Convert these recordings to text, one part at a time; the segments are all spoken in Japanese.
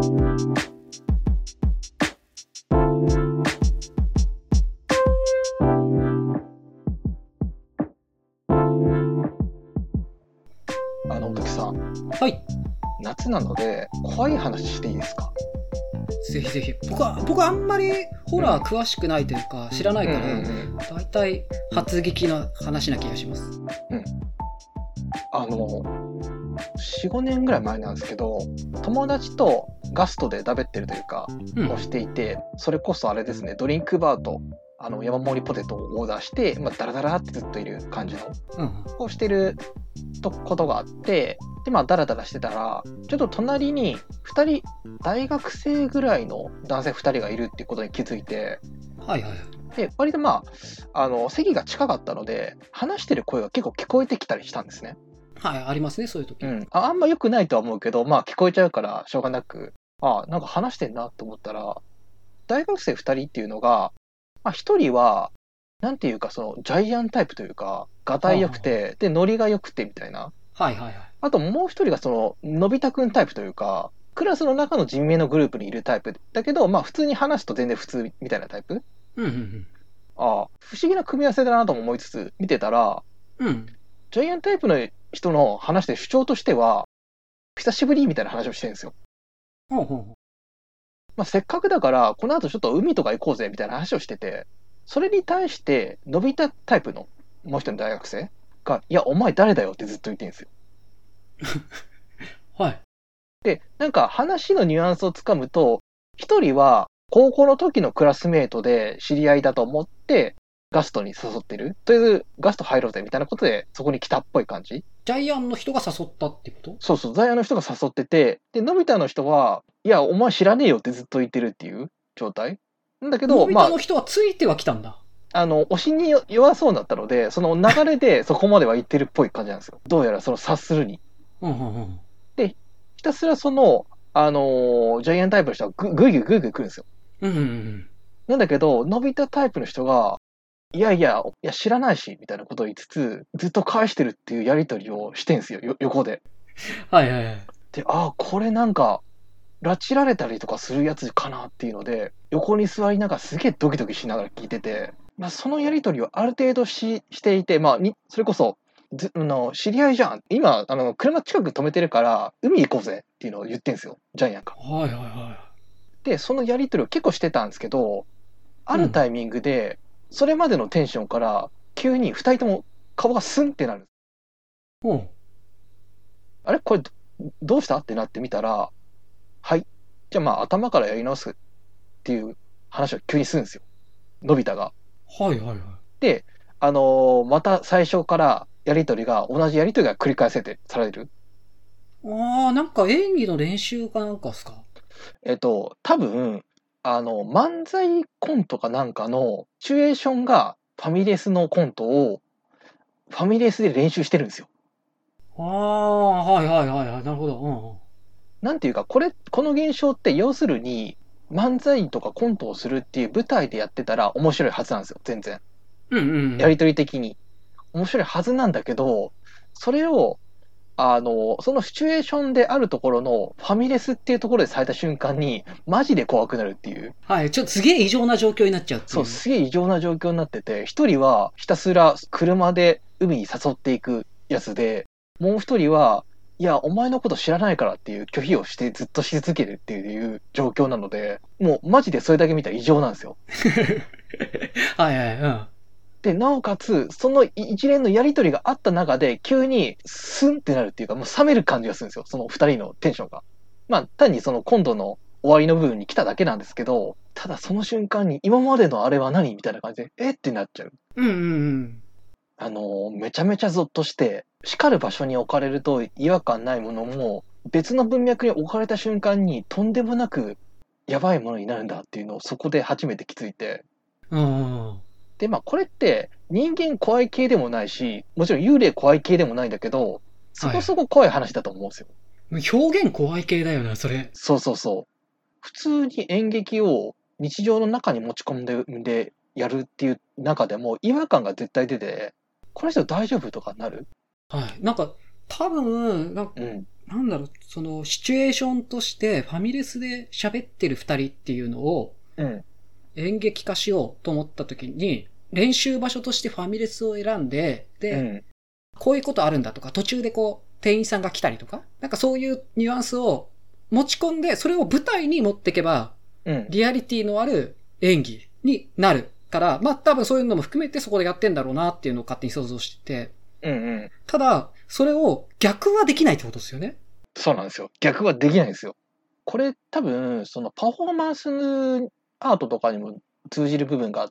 時さん、 はい。 夏なので怖い話していいですか？ ぜひぜひ。僕はあんまりホラー詳しくないというか、知らないから、だいたい初聞きの話な気がします。 うん。4、5年ぐらい前なんですけど、友達とガストでだべってるというか、をしていて、それこそあれですね、ドリンクバーと山盛りポテトをオーダーして、ダラダラってずっといる感じの、をしてることがあって、でダラダラしてたら、ちょっと隣に2人、大学生ぐらいの男性2人がいるっていうことに気づいて、 はいはい。 で割と席が近かったので、話してる声が結構聞こえてきたりしたんですね。 はい、ありますね、そういう時。 あんま良くないとは思うけど、聞こえちゃうからしょうがなく、なんか話してんなと思ったら、大学生2人っていうのが、1人は、なんていうか、そのジャイアンタイプというか、がたい良くて、で、ノリが良くてみたいな。 はいはいはい。 あともう1人が、のび太くんタイプというか、クラスの中の人名のグループにいるタイプだけど、普通に話すと全然普通みたいなタイプ。不思議な組み合わせだなとも思いつつ、見てたら、ジャイアンタイプの人の話してる主張としては、久しぶりみたいな話をしてるんですよ。せっかくだから、この後ちょっと海とか行こうぜみたいな話をしてて、それに対して、のび太タイプのもう一人の大学生が、いや、お前誰だよってずっと言ってるんですよ。 はい。 で、なんか話のニュアンスをつかむと、一人は高校の時のクラスメートで知り合いだと思って、ガストに誘ってる。とりあえずガスト入ろうぜみたいなことでそこに来たっぽい感じ。 ジャイアンの人が誘ったってこと？ そうそう、ザイアンの人が誘ってて、で、のび太の人は、いや、お前知らねえよってずっと言ってるっていう状態なんだけど、 のび太の人はついては来たんだ。 推しに弱そうだったので、その流れでそこまでは言ってるっぽい感じなんですよ。どうやらその察するに。で、ひたすらジャイアンタイプの人はぐいぐい来るんですよ。なんだけど、のび太タイプの人が、いや、知らないし、みたいなことを言いつつ、ずっと返してるっていうやりとりをしてんすよ、横で。 はいはいはい。 で、これなんか、拉致られたりとかするやつかなっていうので、横に座りながらすげえドキドキしながら聞いてて、そのやりとりをある程度していて、それこそ、知り合いじゃん。今、車近く止めてるから、海行こうぜっていうのを言ってんすよ、ジャイアンが。 はいはいはい。 で、そのやりとりを結構してたんですけど、あるタイミングで、それまでのテンションから、急に二人とも顔がスンってなる。あれこれ、どうしたってなってみたら、はい。じゃあ頭からやり直すっていう話を急にするんですよ。のび太が。 はいはいはい。 で、また最初から同じやりとりが繰り返される。 なんか演技の練習かなんかですか？ 多分、漫才コントかなんかのシチュエーションがファミレスのコントをファミレスで練習してるんですよ。 はいはいはいはい。なるほど。 なんていうか、この現象って要するに、漫才とかコントをするっていう舞台でやってたら面白いはずなんですよ、全然。やりとり的に。面白いはずなんだけど、それを、そのシチュエーションであるところのファミレスっていうところでされた瞬間に、マジで怖くなるっていう。 はい、ちょっとすげえ異常な状況になっちゃうっていう。 そう、すげえ異常な状況になってて、一人はひたすら車で海に誘っていくやつで、もう一人は、いや、お前のこと知らないからっていう拒否をしてずっとし続けるっていう状況なので、もうマジでそれだけ見たら異常なんですよ。 はいはい、 で、なおかつ、その一連のやりとりがあった中で、急にスンってなるっていうか、もう冷める感じがするんですよ。その二人のテンションが。単にその今度の終わりの部分に来ただけなんですけど、ただその瞬間に今までのあれは何みたいな感じで、ってなっちゃう。めちゃめちゃゾッとして、叱る場所に置かれると違和感ないものも、別の文脈に置かれた瞬間にとんでもなくやばいものになるんだっていうのをそこで初めて気づいて。で、これって人間怖い系でもないし、もちろん幽霊怖い系でもないんだけど、そこそこ怖い話だと思うんですよ。 表現怖い系だよな、それ。 そうそうそう。普通に演劇を日常の中に持ち込んでやるっていう中でも違和感が絶対出て、この人大丈夫とかなる？ はい。なんか、多分、 なんだろう、そのシチュエーションとしてファミレスで喋ってる二人っていうのを演劇化しようと思った時に、練習場所としてファミレスを選んで、で、こういうことあるんだとか、途中でこう、店員さんが来たりとか、なんかそういうニュアンスを持ち込んで、それを舞台に持っていけば、リアリティのある演技になるから、まあ多分そういうのも含めてそこでやってんだろうなっていうのを勝手に想像してて、ただ、それを逆はできないってことですよね。 そうなんですよ。逆はできないんですよ。これ多分、そのパフォーマンスアートとかにも通じる部分があって、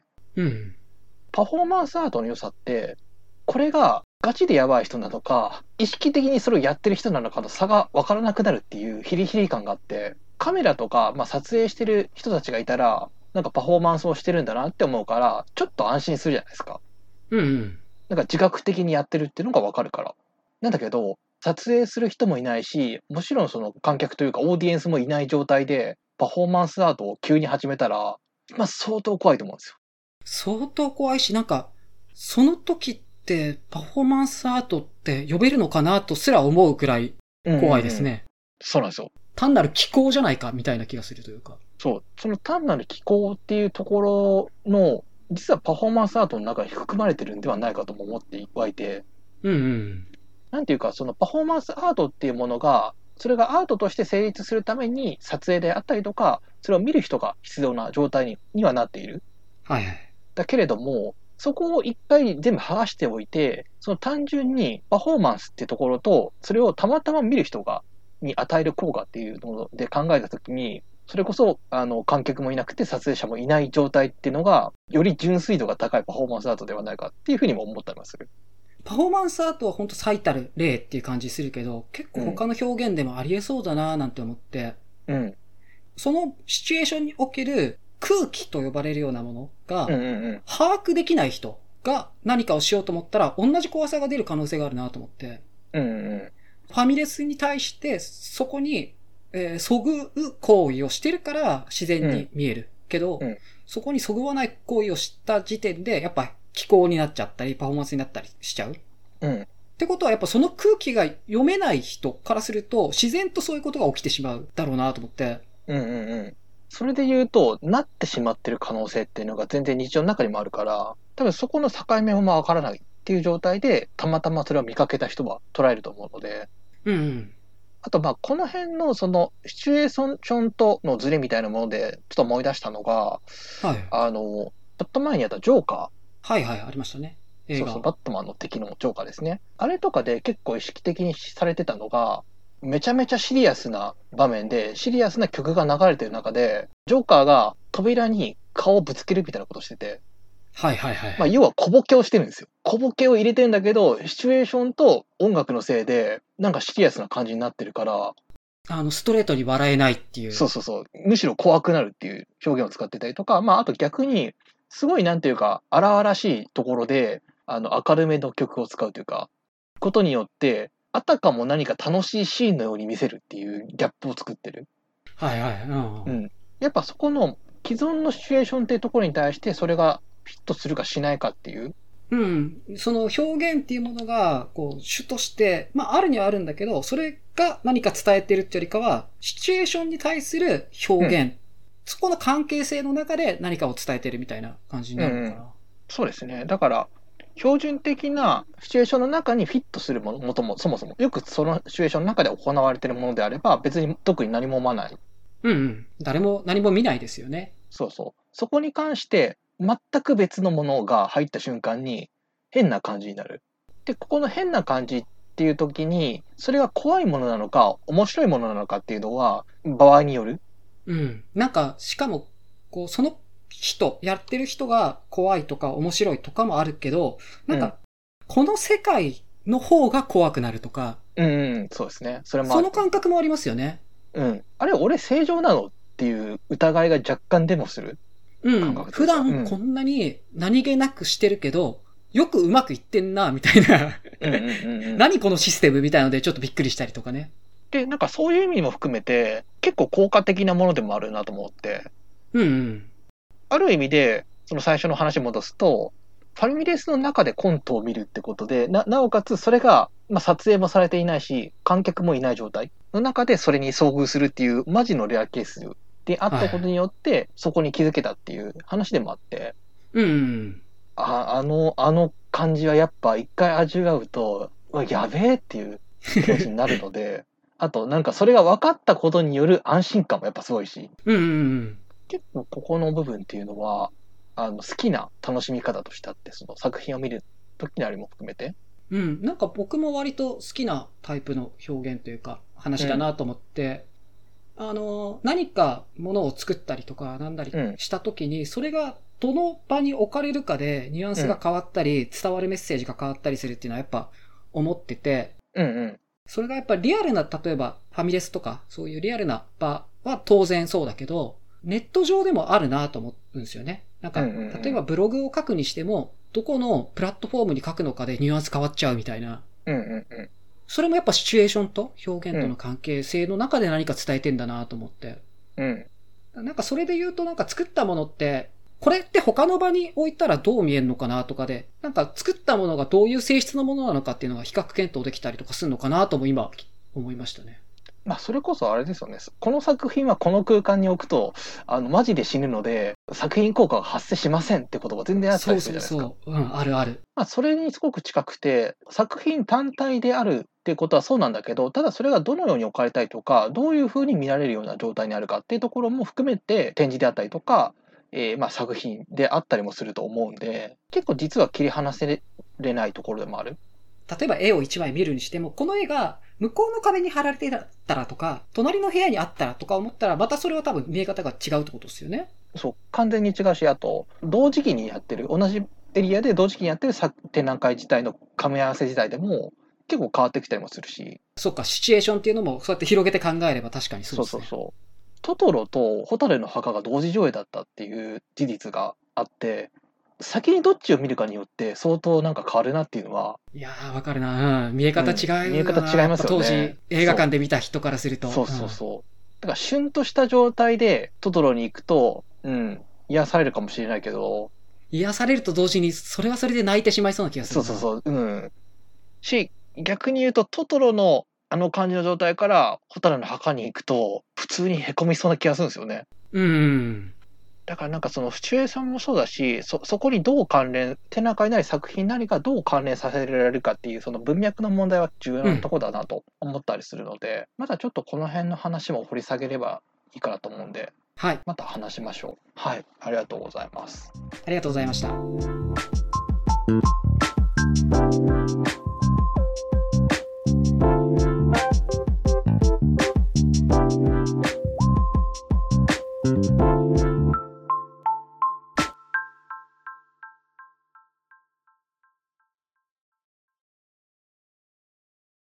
パフォーマンスアートの良さって、これがガチでやばい人なのか、意識的にそれをやってる人なのかの差が分からなくなるっていうヒリヒリ感があって、カメラとか、撮影してる人たちがいたら、なんかパフォーマンスをしてるんだなって思うから、ちょっと安心するじゃないですか。なんか自覚的にやってるっていうのが分かるから。なんだけど、撮影する人もいないし、もちろんその観客というかオーディエンスもいない状態で、パフォーマンスアートを急に始めたら、相当怖いと思うんですよ。 相当怖いし、なんか、その時ってパフォーマンスアートって呼べるのかなとすら思うくらい怖いですね。 そうなんですよ。 単なる気候じゃないかみたいな気がするというか。 そう。その単なる気候っていうところの、実はパフォーマンスアートの中に含まれてるんではないかとも思ってはいて。なんていうか、そのパフォーマンスアートっていうものが、それがアートとして成立するために撮影であったりとか、それを見る人が必要な状態にはなっている。だけれども、そこを一回全部剥がしておいて、その単純にパフォーマンスっていうところと、それをたまたま見る人に与える効果っていうので考えたときに、それこそ観客もいなくて撮影者もいない状態っていうのが、より純粋度が高いパフォーマンスアートではないかっていうふうにも思ったりもする。 パフォーマンスアートは本当最たる例っていう感じするけど、結構他の表現でもありえそうだななんて思って、そのシチュエーションにおける空気と呼ばれるようなものが、把握できない人が何かをしようと思ったら、同じ怖さが出る可能性があるなと思って、ファミレスに対してそこに、そぐう行為をしてるから自然に見える。けど、そこにそぐわない行為をした時点で、やっぱ気候になっちゃったり、パフォーマンスになったりしちゃう。ってことはやっぱその空気が読めない人からすると、自然とそういうことが起きてしまうだろうなと思って。 それで言うと、なってしまってる可能性っていうのが全然日常の中にもあるから、多分そこの境目もわからないっていう状態で、たまたまそれを見かけた人は捉えると思うので、あとこの辺のそのシチュエーションとのズレみたいなものでちょっと思い出したのが、ちょっと前にやったジョーカー。ありましたね。 そうそう、バットマンの敵のジョーカーですね。あれとかで結構意識的にされてたのが、めちゃめちゃシリアスな場面で、シリアスな曲が流れてる中で、ジョーカーが扉に顔をぶつけるみたいなことしてて、要は小ボケをしてるんですよ。小ボケを入れてんだけど、シチュエーションと音楽のせいで、なんかシリアスな感じになってるから、 ストレートに笑えないっていう。 むしろ怖くなるっていう表現を使ってたりとか、あと逆に、すごいなんていうか、荒々しいところで、明るめの曲を使うというか、ことによって、あたかも何か楽しいシーンのように見せるっていうギャップを作ってる。やっぱそこの既存のシチュエーションっていうところに対して、それがフィットするかしないかっていう。 その表現っていうものが、主として、あるにはあるんだけど、それが何か伝えてるってよりかは、シチュエーションに対する表現、そこの関係性の中で何かを伝えてるみたいな感じになるのかな。 そうですね。だから、標準的なシチュエーションの中にフィットするものそもそも、よくそのシチュエーションの中で行われているものであれば、別に特に何も思わない。 誰も何も見ないですよね。 そこに関して、全く別のものが入った瞬間に変な感じになる。で、ここの変な感じっていう時に、それが怖いものなのか、面白いものなのかっていうのは、場合による。 なんか、しかも、そのやってる人が怖いとか面白いとかもあるけど、なんか、この世界の方が怖くなるとか。 そうですね。それもその感覚もありますよね。 あれ、俺正常なのっていう疑いが若干でもする。 普段こんなに何気なくしてるけど、よくうまくいってんな、みたいな。何このシステムみたいのでちょっとびっくりしたりとかね。 で、なんかそういう意味も含めて、結構効果的なものでもあるなと思って。ある意味で、その最初の話に戻すと、ファミレスの中でコントを見るってことで、なおかつそれが撮影もされていないし、観客もいない状態の中でそれに遭遇するっていう、マジのレアケースであったことによって、そこに気づけたっていう話でもあって、あの感じはやっぱ一回味わうと、やべえっていう気持ちになるので、あとなんかそれが分かったことによる安心感もやっぱすごいし、結構ここの部分っていうのは、好きな楽しみ方としてあって、その作品を見る時にありも含めて。 なんか僕も割と好きなタイプの表現というか話だなと思って、何かものを作ったりとかなんだりした時に、それがどの場に置かれるかでニュアンスが変わったり、伝わるメッセージが変わったりするっていうのはやっぱ思ってて、それがやっぱリアルな、例えばファミレスとかそういうリアルな場は当然そうだけど、ネット上でもあるなと思うんですよね。なんか、例えばブログを書くにしても、どこのプラットフォームに書くのかでニュアンス変わっちゃうみたいな。それもやっぱシチュエーションと表現との関係性の中で何か伝えてんだなと思って。なんかそれで言うと、なんか作ったものって、これって他の場に置いたらどう見えるのかなとかで、なんか作ったものがどういう性質のものなのかっていうのが比較検討できたりとかするのかなとも今思いましたね。 それこそあれですよね。この作品はこの空間に置くと、マジで死ぬので、作品効果が発生しませんってことが全然あったりするじゃないですか。 そう、あるある。 それにすごく近くて、作品単体であるっていうことはそうなんだけど、ただそれがどのように置かれたりとか、どういうふうに見られるような状態にあるかっていうところも含めて、展示であったりとか、作品であったりもすると思うんで、結構実は切り離せれないところでもある。 例えば絵を一枚見るにしても、この絵が向こうの壁に貼られてたらとか、隣の部屋にあったらとか思ったら、またそれは多分見え方が違うってことですよね。 そう、完全に違うし、あと、同時期にやってる、同じエリアで同時期にやってる展覧会自体の噛み合わせ自体でも結構変わってきたりもするし。 そっか、シチュエーションっていうのもそうやって広げて考えれば確かにそうですね。 そう。トトロとホタルの墓が同時上映だったっていう事実があって、先にどっちを見るかによって相当なんか変わるなっていうのは。 いやー、わかるな。見え方違う、 見え方違いますよね。 当時映画館で見た人からすると。 そう。だからシュンとした状態でトトロに行くと、癒されるかもしれないけど。 癒されると同時に、それはそれで泣いてしまいそうな気がする。 そう。逆に言うとトトロのあの感じの状態からホタルの墓に行くと普通にへこみそうな気がするんですよね。だからなんかそのシチュエーションもそうだし、そこにどう関連、展覧会なり作品なりがどう関連させられるかっていうその文脈の問題は重要なところだなと思ったりするので、まだちょっとこの辺の話も掘り下げればいいかなと思うんで、また話しましょう。はい、ありがとうございます。 ありがとうございました。